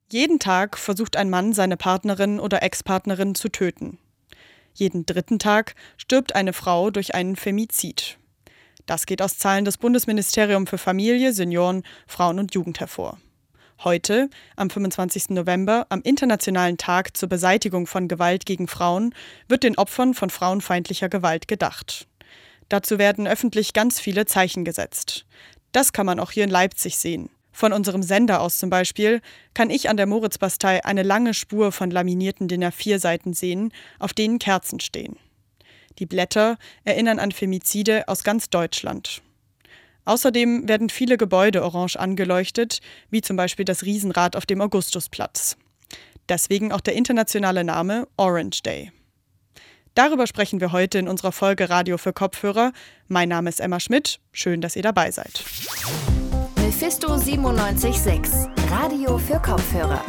Jeden Tag versucht ein Mann, seine Partnerin oder Ex-Partnerin zu töten. Jeden dritten Tag stirbt eine Frau durch einen Femizid. Das geht aus Zahlen des Bundesministeriums für Familie, Senioren, Frauen und Jugend hervor. Heute, am 25. November, am Internationalen Tag zur Beseitigung von Gewalt gegen Frauen, wird den Opfern von frauenfeindlicher Gewalt gedacht. Dazu werden öffentlich ganz viele Zeichen gesetzt. Das kann man auch hier in Leipzig sehen. Von unserem Sender aus zum Beispiel kann ich an der Moritzbastei eine lange Spur von laminierten DIN A4-Seiten sehen, auf denen Kerzen stehen. Die Blätter erinnern an Femizide aus ganz Deutschland. Außerdem werden viele Gebäude orange angeleuchtet, wie zum Beispiel das Riesenrad auf dem Augustusplatz. Deswegen auch der internationale Name Orange Day. Darüber sprechen wir heute in unserer Folge Radio für Kopfhörer. Mein Name ist Emma Schmidt. Schön, dass ihr dabei seid. Mephisto 97.6, Radio für Kopfhörer.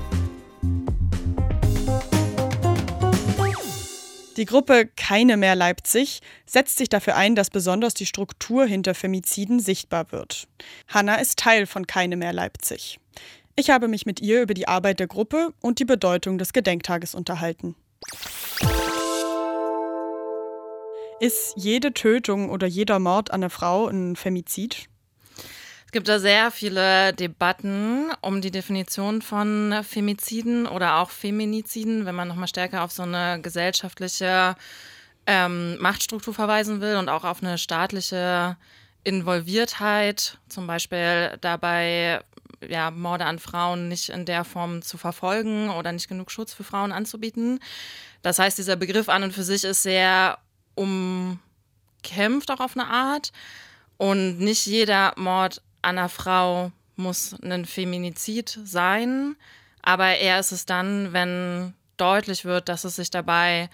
Die Gruppe Keine mehr Leipzig setzt sich dafür ein, dass besonders die Struktur hinter Femiziden sichtbar wird. Hanna ist Teil von Keine mehr Leipzig. Ich habe mich mit ihr über die Arbeit der Gruppe und die Bedeutung des Gedenktages unterhalten. Ist jede Tötung oder jeder Mord an einer Frau ein Femizid? Es gibt da sehr viele Debatten um die Definition von Femiziden oder auch Feminiziden, wenn man nochmal stärker auf so eine gesellschaftliche Machtstruktur verweisen will und auch auf eine staatliche Involviertheit, zum Beispiel dabei Morde an Frauen nicht in der Form zu verfolgen oder nicht genug Schutz für Frauen anzubieten. Das heißt, dieser Begriff an und für sich ist sehr umkämpft auch auf eine Art und nicht jeder Mord an einer Frau muss ein Feminizid sein, aber eher ist es dann, wenn deutlich wird, dass es sich dabei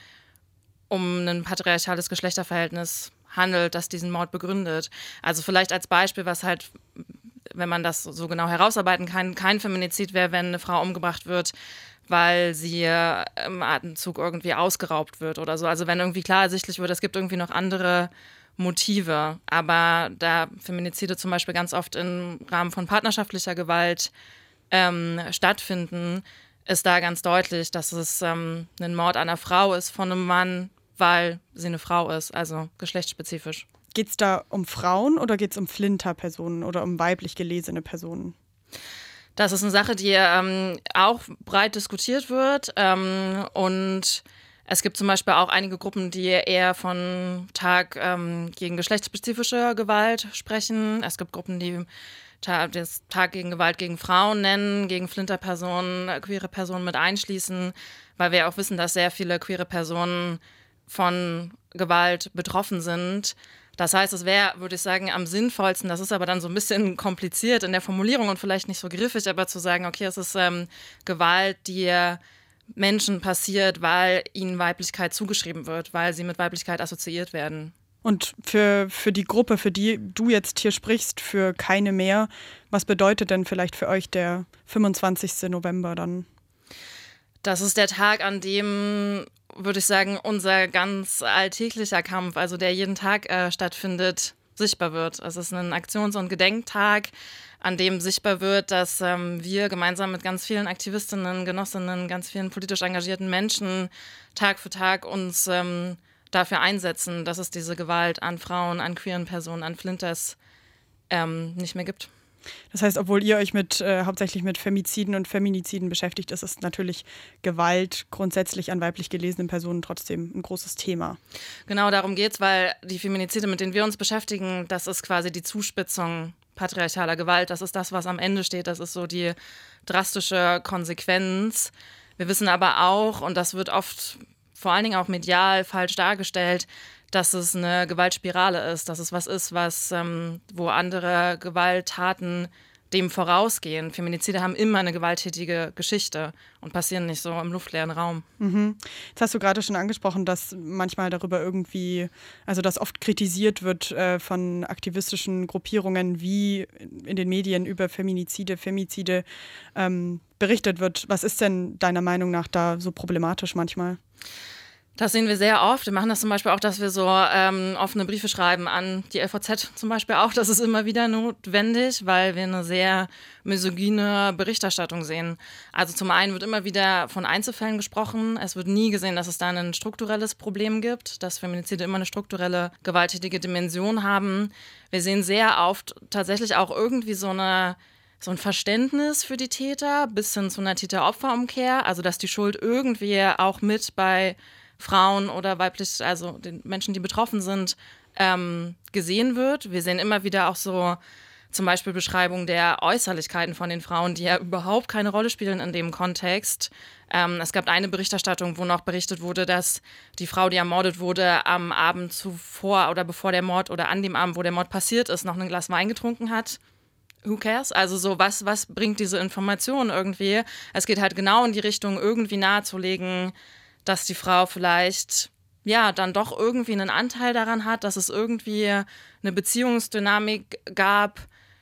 um ein patriarchales Geschlechterverhältnis handelt, das diesen Mord begründet. Also vielleicht als Beispiel, was halt, wenn man das so genau herausarbeiten kann, kein Feminizid wäre, wenn eine Frau umgebracht wird, weil sie im Atemzug irgendwie ausgeraubt wird oder so. Also wenn irgendwie klar ersichtlich wird, es gibt irgendwie noch andere Motive. Aber da Feminizide zum Beispiel ganz oft im Rahmen von partnerschaftlicher Gewalt stattfinden, ist da ganz deutlich, dass es ein Mord an einer Frau ist von einem Mann, weil sie eine Frau ist, also geschlechtsspezifisch. Geht es da um Frauen oder geht es um Flinterpersonen oder um weiblich gelesene Personen? Das ist eine Sache, die auch breit diskutiert wird und es gibt zum Beispiel auch einige Gruppen, die eher von Tag gegen geschlechtsspezifische Gewalt sprechen. Es gibt Gruppen, die das Tag gegen Gewalt gegen Frauen nennen, gegen Flinterpersonen, queere Personen mit einschließen, weil wir auch wissen, dass sehr viele queere Personen von Gewalt betroffen sind. Das heißt, es wäre, würde ich sagen, am sinnvollsten, das ist aber dann so ein bisschen kompliziert in der Formulierung und vielleicht nicht so griffig, aber zu sagen, okay, es ist Gewalt, die Menschen passiert, weil ihnen Weiblichkeit zugeschrieben wird, weil sie mit Weiblichkeit assoziiert werden. Und für die Gruppe, für die du jetzt hier sprichst, für Keine mehr, was bedeutet denn vielleicht für euch der 25. November dann? Das ist der Tag, an dem, würde ich sagen, unser ganz alltäglicher Kampf, also der jeden Tag stattfindet, sichtbar wird. Es ist ein Aktions- und Gedenktag, an dem sichtbar wird, dass wir gemeinsam mit ganz vielen Aktivistinnen, Genossinnen, ganz vielen politisch engagierten Menschen Tag für Tag uns dafür einsetzen, dass es diese Gewalt an Frauen, an queeren Personen, an Flinters nicht mehr gibt. Das heißt, obwohl ihr euch hauptsächlich mit Femiziden und Feminiziden beschäftigt, ist es natürlich Gewalt grundsätzlich an weiblich gelesenen Personen trotzdem ein großes Thema. Genau, darum geht's, weil die Feminizide, mit denen wir uns beschäftigen, das ist quasi die Zuspitzung patriarchaler Gewalt. Das ist das, was am Ende steht. Das ist so die drastische Konsequenz. Wir wissen aber auch, und das wird oft vor allen Dingen auch medial falsch dargestellt, dass es eine Gewaltspirale ist, dass es was ist, wo andere Gewalttaten dem vorausgehen. Feminizide haben immer eine gewalttätige Geschichte und passieren nicht so im luftleeren Raum. Mhm. Jetzt hast du gerade schon angesprochen, dass manchmal darüber dass oft kritisiert wird von aktivistischen Gruppierungen, wie in den Medien über Femizide berichtet wird. Was ist denn deiner Meinung nach da so problematisch manchmal? Das sehen wir sehr oft. Wir machen das zum Beispiel auch, dass wir so offene Briefe schreiben an die LVZ zum Beispiel auch. Das ist immer wieder notwendig, weil wir eine sehr misogyne Berichterstattung sehen. Also zum einen wird immer wieder von Einzelfällen gesprochen. Es wird nie gesehen, dass es da ein strukturelles Problem gibt, dass Feminizide immer eine strukturelle, gewalttätige Dimension haben. Wir sehen sehr oft tatsächlich auch irgendwie so ein Verständnis für die Täter bis hin zu einer Täter-Opfer-Umkehr. Also dass die Schuld irgendwie auch mit bei Frauen oder weiblich, also den Menschen, die betroffen sind, gesehen wird. Wir sehen immer wieder auch so zum Beispiel Beschreibungen der Äußerlichkeiten von den Frauen, die ja überhaupt keine Rolle spielen in dem Kontext. Es gab eine Berichterstattung, wo noch berichtet wurde, dass die Frau, die ermordet wurde, am Abend zuvor oder bevor der Mord oder an dem Abend, wo der Mord passiert ist, noch ein Glas Wein getrunken hat. Who cares? Also so, was bringt diese Information irgendwie? Es geht halt genau in die Richtung, irgendwie nahezulegen, dass die Frau vielleicht ja dann doch irgendwie einen Anteil daran hat, dass es irgendwie eine Beziehungsdynamik gab,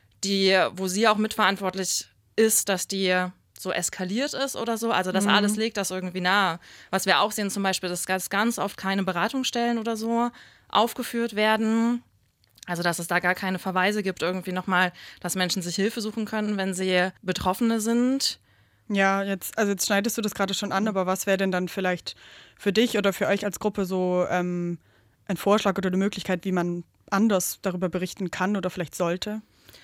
wo sie auch mitverantwortlich ist, dass die so eskaliert ist oder so. Also das alles legt das irgendwie nahe. Was wir auch sehen zum Beispiel, dass ganz oft keine Beratungsstellen oder so aufgeführt werden. Also dass es da gar keine Verweise gibt irgendwie nochmal, dass Menschen sich Hilfe suchen können, wenn sie Betroffene sind. Ja, jetzt schneidest du das gerade schon an, aber was wäre denn dann vielleicht für dich oder für euch als Gruppe so ein Vorschlag oder eine Möglichkeit, wie man anders darüber berichten kann oder vielleicht sollte?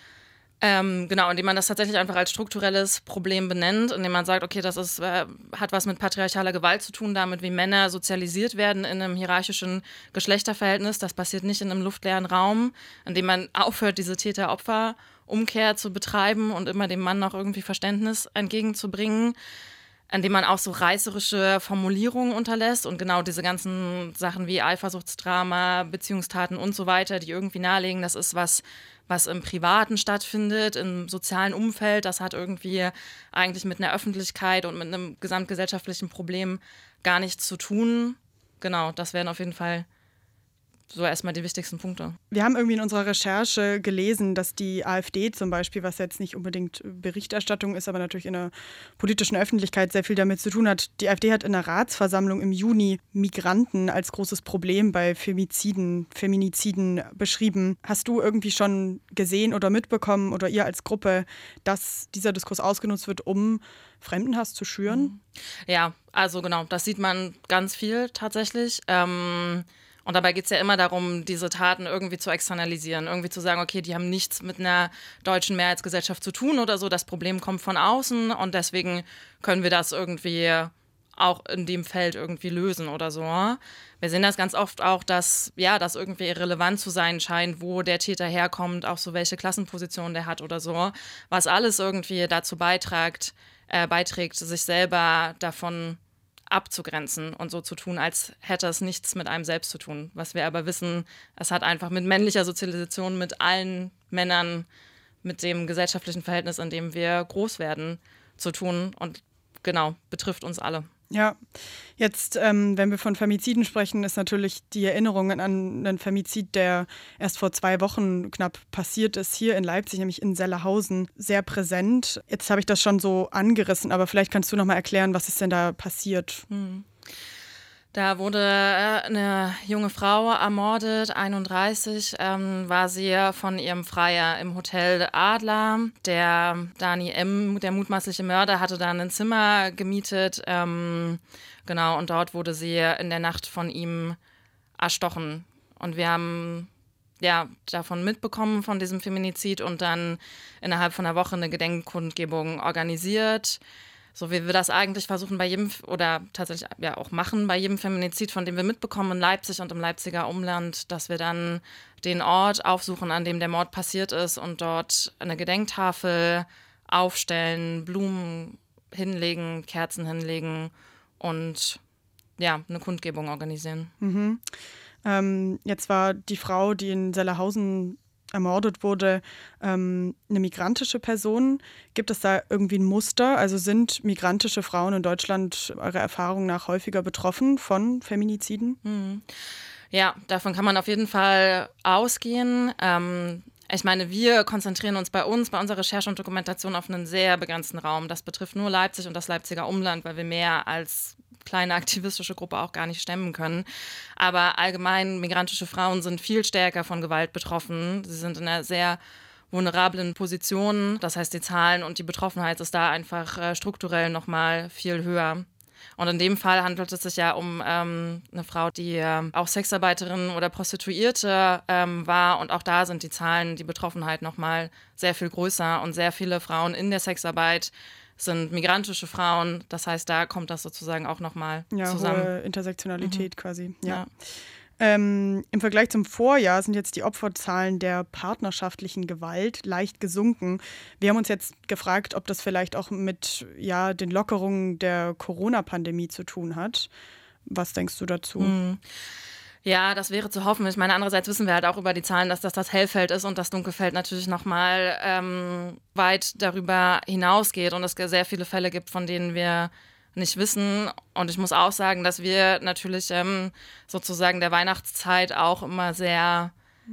Genau, indem man das tatsächlich einfach als strukturelles Problem benennt, indem man sagt, okay, das hat was mit patriarchaler Gewalt zu tun, damit wie Männer sozialisiert werden in einem hierarchischen Geschlechterverhältnis. Das passiert nicht in einem luftleeren Raum, indem man aufhört, diese Täter-Opfer-Umkehr zu betreiben und immer dem Mann noch irgendwie Verständnis entgegenzubringen, indem man auch so reißerische Formulierungen unterlässt und genau diese ganzen Sachen wie Eifersuchtsdrama, Beziehungstaten und so weiter, die irgendwie nahelegen, das ist was im Privaten stattfindet, im sozialen Umfeld, das hat irgendwie eigentlich mit einer Öffentlichkeit und mit einem gesamtgesellschaftlichen Problem gar nichts zu tun. Genau, das wären auf jeden Fall so erstmal die wichtigsten Punkte. Wir haben irgendwie in unserer Recherche gelesen, dass die AfD zum Beispiel, was jetzt nicht unbedingt Berichterstattung ist, aber natürlich in der politischen Öffentlichkeit sehr viel damit zu tun hat. Die AfD hat in der Ratsversammlung im Juni Migranten als großes Problem bei Feminiziden beschrieben. Hast du irgendwie schon gesehen oder mitbekommen oder ihr als Gruppe, dass dieser Diskurs ausgenutzt wird, um Fremdenhass zu schüren? Ja, also genau, das sieht man ganz viel tatsächlich. Und dabei geht es ja immer darum, diese Taten irgendwie zu externalisieren, irgendwie zu sagen, okay, die haben nichts mit einer deutschen Mehrheitsgesellschaft zu tun oder so, das Problem kommt von außen und deswegen können wir das irgendwie auch in dem Feld irgendwie lösen oder so. Wir sehen das ganz oft auch, dass das irgendwie irrelevant zu sein scheint, wo der Täter herkommt, auch so welche Klassenposition der hat oder so, was alles irgendwie dazu beiträgt, sich selber davon abzugrenzen und so zu tun, als hätte es nichts mit einem selbst zu tun. Was wir aber wissen, es hat einfach mit männlicher Sozialisation, mit allen Männern, mit dem gesellschaftlichen Verhältnis, in dem wir groß werden, zu tun und genau, betrifft uns alle. Ja, jetzt, wenn wir von Femiziden sprechen, ist natürlich die Erinnerung an einen Femizid, der erst vor 2 Wochen knapp passiert ist, hier in Leipzig, nämlich in Sellerhausen, sehr präsent. Jetzt habe ich das schon so angerissen, aber vielleicht kannst du noch mal erklären, was ist denn da passiert? Da wurde eine junge Frau ermordet, 31, war sie von ihrem Freier im Hotel Adler. Der Dani M., der mutmaßliche Mörder, hatte da ein Zimmer gemietet. Genau, und dort wurde sie in der Nacht von ihm erstochen. Und wir haben davon mitbekommen, von diesem Feminizid und dann innerhalb von einer Woche eine Gedenkkundgebung organisiert. So wie wir das eigentlich versuchen bei jedem oder tatsächlich auch machen bei jedem Feminizid, von dem wir mitbekommen in Leipzig und im Leipziger Umland, dass wir dann den Ort aufsuchen, an dem der Mord passiert ist und dort eine Gedenktafel aufstellen, Blumen hinlegen, Kerzen hinlegen und eine Kundgebung organisieren. Jetzt war die Frau, die in Sellerhausen ermordet wurde, eine migrantische Person. Gibt es da irgendwie ein Muster? Also sind migrantische Frauen in Deutschland eurer Erfahrung nach häufiger betroffen von Feminiziden? Ja, davon kann man auf jeden Fall ausgehen. Ich meine, wir konzentrieren uns bei unserer Recherche und Dokumentation auf einen sehr begrenzten Raum. Das betrifft nur Leipzig und das Leipziger Umland, weil wir mehr als kleine aktivistische Gruppe auch gar nicht stemmen können. Aber allgemein, migrantische Frauen sind viel stärker von Gewalt betroffen. Sie sind in einer sehr vulnerablen Position. Das heißt, die Zahlen und die Betroffenheit ist da einfach strukturell nochmal viel höher. Und in dem Fall handelt es sich ja um eine Frau, die auch Sexarbeiterin oder Prostituierte war. Und auch da sind die Zahlen, die Betroffenheit nochmal sehr viel größer. Und sehr viele Frauen in der Sexarbeit sind migrantische Frauen. Das heißt, da kommt das sozusagen auch nochmal zusammen. Hohe Intersektionalität quasi. Ja. Im Vergleich zum Vorjahr sind jetzt die Opferzahlen der partnerschaftlichen Gewalt leicht gesunken. Wir haben uns jetzt gefragt, ob das vielleicht auch mit den Lockerungen der Corona-Pandemie zu tun hat. Was denkst du dazu? Ja, das wäre zu hoffen. Ich meine, andererseits wissen wir halt auch über die Zahlen, dass das Hellfeld ist und das Dunkelfeld natürlich nochmal weit darüber hinausgeht und es sehr viele Fälle gibt, von denen wir nicht wissen. Und ich muss auch sagen, dass wir natürlich sozusagen der Weihnachtszeit auch immer sehr,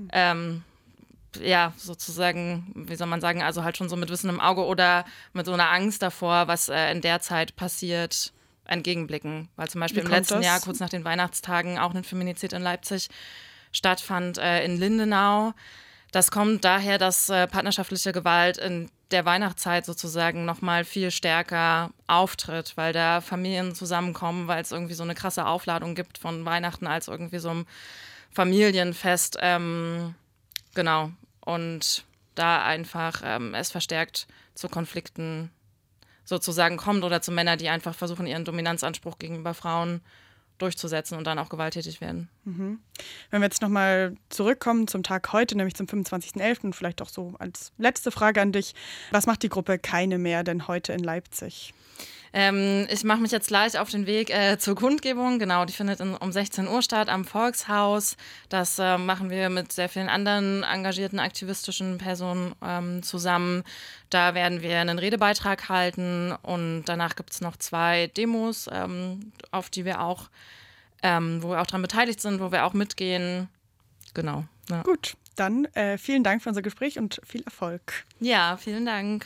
sozusagen, wie soll man sagen, also halt schon so mit Wissen im Auge oder mit so einer Angst davor, was in der Zeit passiert, entgegenblicken. Weil zum Beispiel im letzten Jahr, kurz nach den Weihnachtstagen, auch ein Feminizid in Leipzig stattfand, in Lindenau. Das kommt daher, dass partnerschaftliche Gewalt in der Weihnachtszeit sozusagen nochmal viel stärker auftritt, weil da Familien zusammenkommen, weil es irgendwie so eine krasse Aufladung gibt von Weihnachten als irgendwie so ein Familienfest. Genau. Und da einfach es verstärkt zu Konflikten sozusagen kommt oder zu Männern, die einfach versuchen, ihren Dominanzanspruch gegenüber Frauen durchzusetzen und dann auch gewalttätig werden. Wenn wir jetzt nochmal zurückkommen zum Tag heute, nämlich zum 25.11. und vielleicht auch so als letzte Frage an dich. Was macht die Gruppe Keine mehr denn heute in Leipzig? Ich mache mich jetzt gleich auf den Weg zur Kundgebung. Genau, die findet um 16 Uhr statt am Volkshaus. Das machen wir mit sehr vielen anderen engagierten aktivistischen Personen zusammen. Da werden wir einen Redebeitrag halten und danach gibt es noch 2 Demos, auf die wir auch, wo wir auch daran beteiligt sind, wo wir auch mitgehen. Genau. Ja. Gut, dann vielen Dank für unser Gespräch und viel Erfolg. Ja, vielen Dank.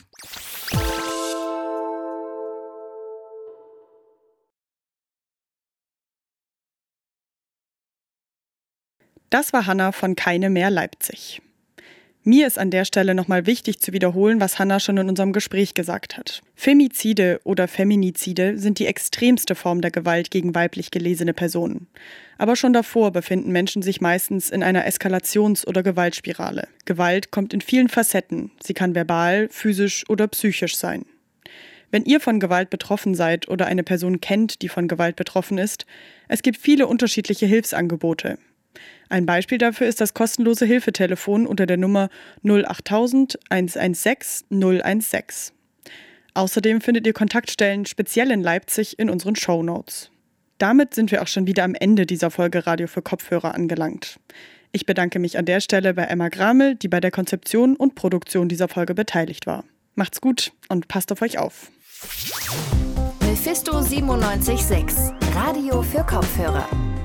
Das war Hanna von Keine mehr Leipzig. Mir ist an der Stelle nochmal wichtig zu wiederholen, was Hanna schon in unserem Gespräch gesagt hat. Femizide oder Feminizide sind die extremste Form der Gewalt gegen weiblich gelesene Personen. Aber schon davor befinden Menschen sich meistens in einer Eskalations- oder Gewaltspirale. Gewalt kommt in vielen Facetten. Sie kann verbal, physisch oder psychisch sein. Wenn ihr von Gewalt betroffen seid oder eine Person kennt, die von Gewalt betroffen ist, es gibt viele unterschiedliche Hilfsangebote. Ein Beispiel dafür ist das kostenlose Hilfetelefon unter der Nummer 08000 116 016. Außerdem findet ihr Kontaktstellen speziell in Leipzig in unseren Shownotes. Damit sind wir auch schon wieder am Ende dieser Folge Radio für Kopfhörer angelangt. Ich bedanke mich an der Stelle bei Emma Gramel, die bei der Konzeption und Produktion dieser Folge beteiligt war. Macht's gut und passt auf euch auf. Mephisto 97.6, Radio für Kopfhörer.